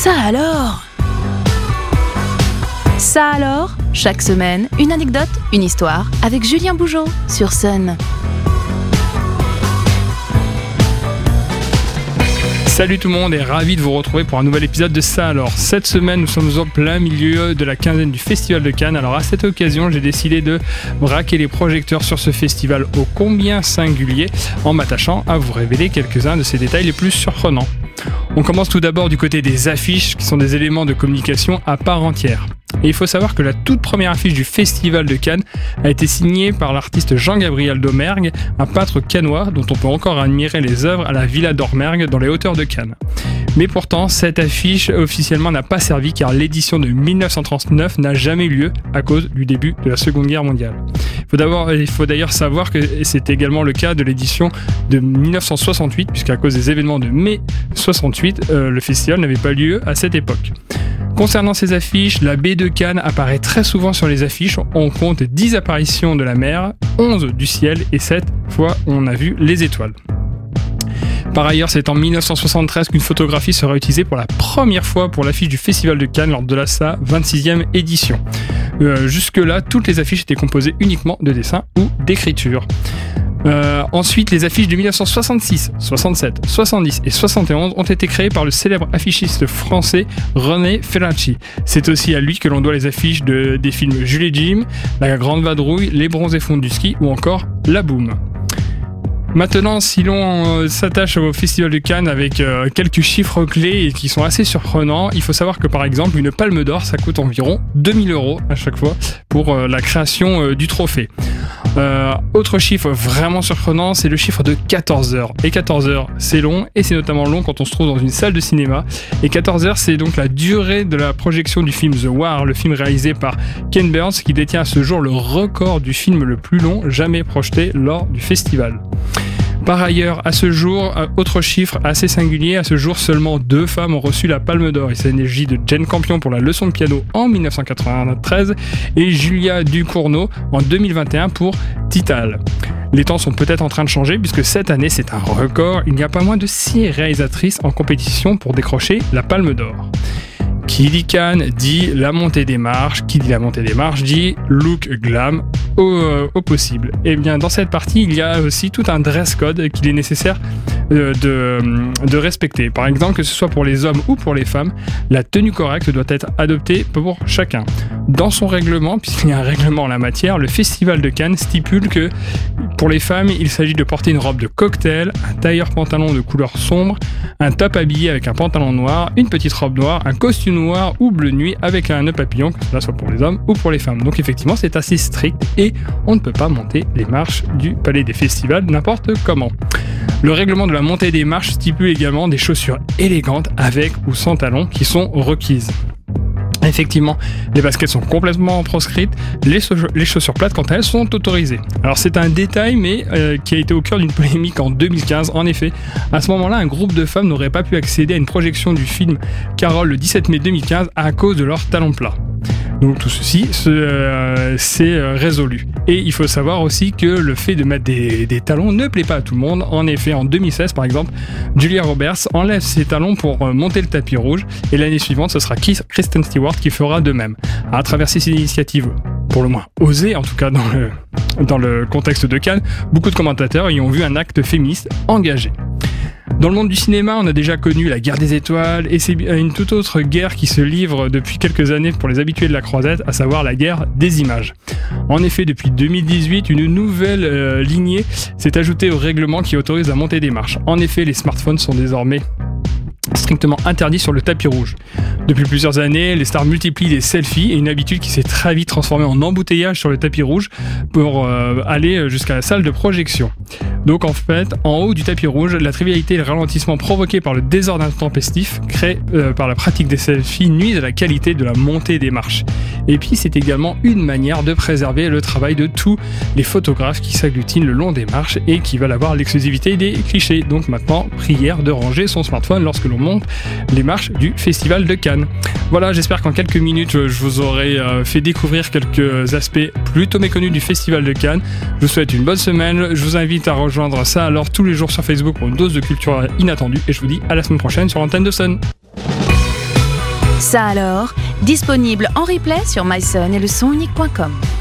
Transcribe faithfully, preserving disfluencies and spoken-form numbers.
Ça alors Ça alors, chaque semaine, une anecdote, une histoire, avec Julien Bougeaud sur Sun. Salut tout le monde et ravi de vous retrouver pour un nouvel épisode de Ça alors. Cette semaine, nous sommes en plein milieu de la quinzaine du Festival de Cannes. Alors à cette occasion, j'ai décidé de braquer les projecteurs sur ce festival ô combien singulier en m'attachant à vous révéler quelques-uns de ses détails les plus surprenants. On commence tout d'abord du côté des affiches qui sont des éléments de communication à part entière. Et il faut savoir que la toute première affiche du Festival de Cannes a été signée par l'artiste Jean-Gabriel Domergue, un peintre cannois dont on peut encore admirer les œuvres à la Villa Domergue dans les hauteurs de Cannes. Mais pourtant, cette affiche officiellement n'a pas servi car l'édition de dix-neuf cent trente-neuf n'a jamais eu lieu à cause du début de la Seconde Guerre mondiale. Il faut, d'abord, il faut d'ailleurs savoir que c'est également le cas de l'édition de dix-neuf cent soixante-huit, puisqu'à cause des événements de mai soixante-huit, euh, le festival n'avait pas lieu à cette époque. Concernant ces affiches, la baie de Cannes apparaît très souvent sur les affiches. On compte dix apparitions de la mer, onze du ciel et sept fois on a vu les étoiles. Par ailleurs, c'est en dix-neuf cent soixante-treize qu'une photographie sera utilisée pour la première fois pour l'affiche du Festival de Cannes lors de la, sa vingt-sixième édition. Euh, jusque-là, toutes les affiches étaient composées uniquement de dessins ou d'écritures. Euh, ensuite, les affiches de dix-neuf cent soixante-six, soixante-sept, soixante-dix et soixante et onze ont été créées par le célèbre affichiste français René Ferracci. C'est aussi à lui que l'on doit les affiches de, des films Jules et Jim, La Grande Vadrouille, Les Bronzés fonds du ski ou encore La Boum. Maintenant, si l'on euh, s'attache au Festival de Cannes avec euh, quelques chiffres clés et qui sont assez surprenants, il faut savoir que par exemple, une palme d'or, ça coûte environ deux mille euros à chaque fois pour euh, la création euh, du trophée. Euh, autre chiffre vraiment surprenant, c'est le chiffre de quatorze heures. Et quatorze heures, c'est long, et c'est notamment long quand on se trouve dans une salle de cinéma. Et quatorze heures, c'est donc la durée de la projection du film The War, le film réalisé par Ken Burns, qui détient à ce jour le record du film le plus long jamais projeté lors du festival. Par ailleurs, à ce jour, autre chiffre assez singulier, à ce jour, seulement deux femmes ont reçu la Palme d'Or. Il s'agit de Jane Campion pour la leçon de piano en dix-neuf cent quatre-vingt-treize et Julia Ducournau en deux mille vingt et un pour Tital. Les temps sont peut-être en train de changer puisque cette année c'est un record. Il n'y a pas moins de six réalisatrices en compétition pour décrocher la Palme d'Or. Qui dit Cannes dit la montée des marches, qui dit la montée des marches dit look glam au, euh, au possible. Et bien dans cette partie il y a aussi tout un dress code qu'il est nécessaire euh, de, de respecter. Par exemple, que ce soit pour les hommes ou pour les femmes, la tenue correcte doit être adoptée pour chacun. Dans son règlement, puisqu'il y a un règlement en la matière, le Festival de Cannes stipule que pour les femmes, il s'agit de porter une robe de cocktail, un tailleur pantalon de couleur sombre, un top habillé avec un pantalon noir, une petite robe noire, un costume noir ou bleu nuit avec un nœud papillon, que cela soit pour les hommes ou pour les femmes. Donc effectivement, c'est assez strict et on ne peut pas monter les marches du Palais des Festivals n'importe comment. Le règlement de la montée des marches stipule également des chaussures élégantes avec ou sans talons qui sont requises. Effectivement, les baskets sont complètement proscrites, les, so- les chaussures plates quant à elles sont autorisées. Alors c'est un détail mais euh, qui a été au cœur d'une polémique en deux mille quinze. En effet, à ce moment-là, un groupe de femmes n'aurait pas pu accéder à une projection du film Carole le dix-sept mai deux mille quinze à cause de leurs talons plats. Donc tout ceci c'est euh, euh, résolu. Et il faut savoir aussi que le fait de mettre des, des talons ne plaît pas à tout le monde. En effet, en deux mille seize par exemple, Julia Roberts enlève ses talons pour euh, monter le tapis rouge et l'année suivante ce sera Kristen Stewart qui fera de même. À travers ces initiatives, pour le moins osées en tout cas dans le, dans le contexte de Cannes, beaucoup de commentateurs y ont vu un acte féministe engagé. Dans le monde du cinéma, on a déjà connu la guerre des étoiles et c'est une toute autre guerre qui se livre depuis quelques années pour les habitués de la croisette, à savoir la guerre des images. En effet, depuis deux mille dix-huit, une nouvelle euh, lignée s'est ajoutée au règlement qui autorise la montée des marches. En effet, les smartphones sont désormais strictement interdit sur le tapis rouge. Depuis plusieurs années, les stars multiplient les selfies et une habitude qui s'est très vite transformée en embouteillage sur le tapis rouge pour euh, aller jusqu'à la salle de projection. Donc en fait, en haut du tapis rouge, la trivialité et le ralentissement provoqués par le désordre intempestif créé euh, par la pratique des selfies nuisent à la qualité de la montée des marches. Et puis c'est également une manière de préserver le travail de tous les photographes qui s'agglutinent le long des marches et qui veulent avoir l'exclusivité des clichés. Donc maintenant, prière de ranger son smartphone lorsque l'on monte les marches du Festival de Cannes. Voilà, j'espère qu'en quelques minutes, je vous aurai fait découvrir quelques aspects plutôt méconnus du Festival de Cannes. Je vous souhaite une bonne semaine. Je vous invite à rejoindre ça alors tous les jours sur Facebook pour une dose de culture inattendue. Et je vous dis à la semaine prochaine sur l'antenne de Sun. Ça alors, disponible en replay sur myson et le son unique point com.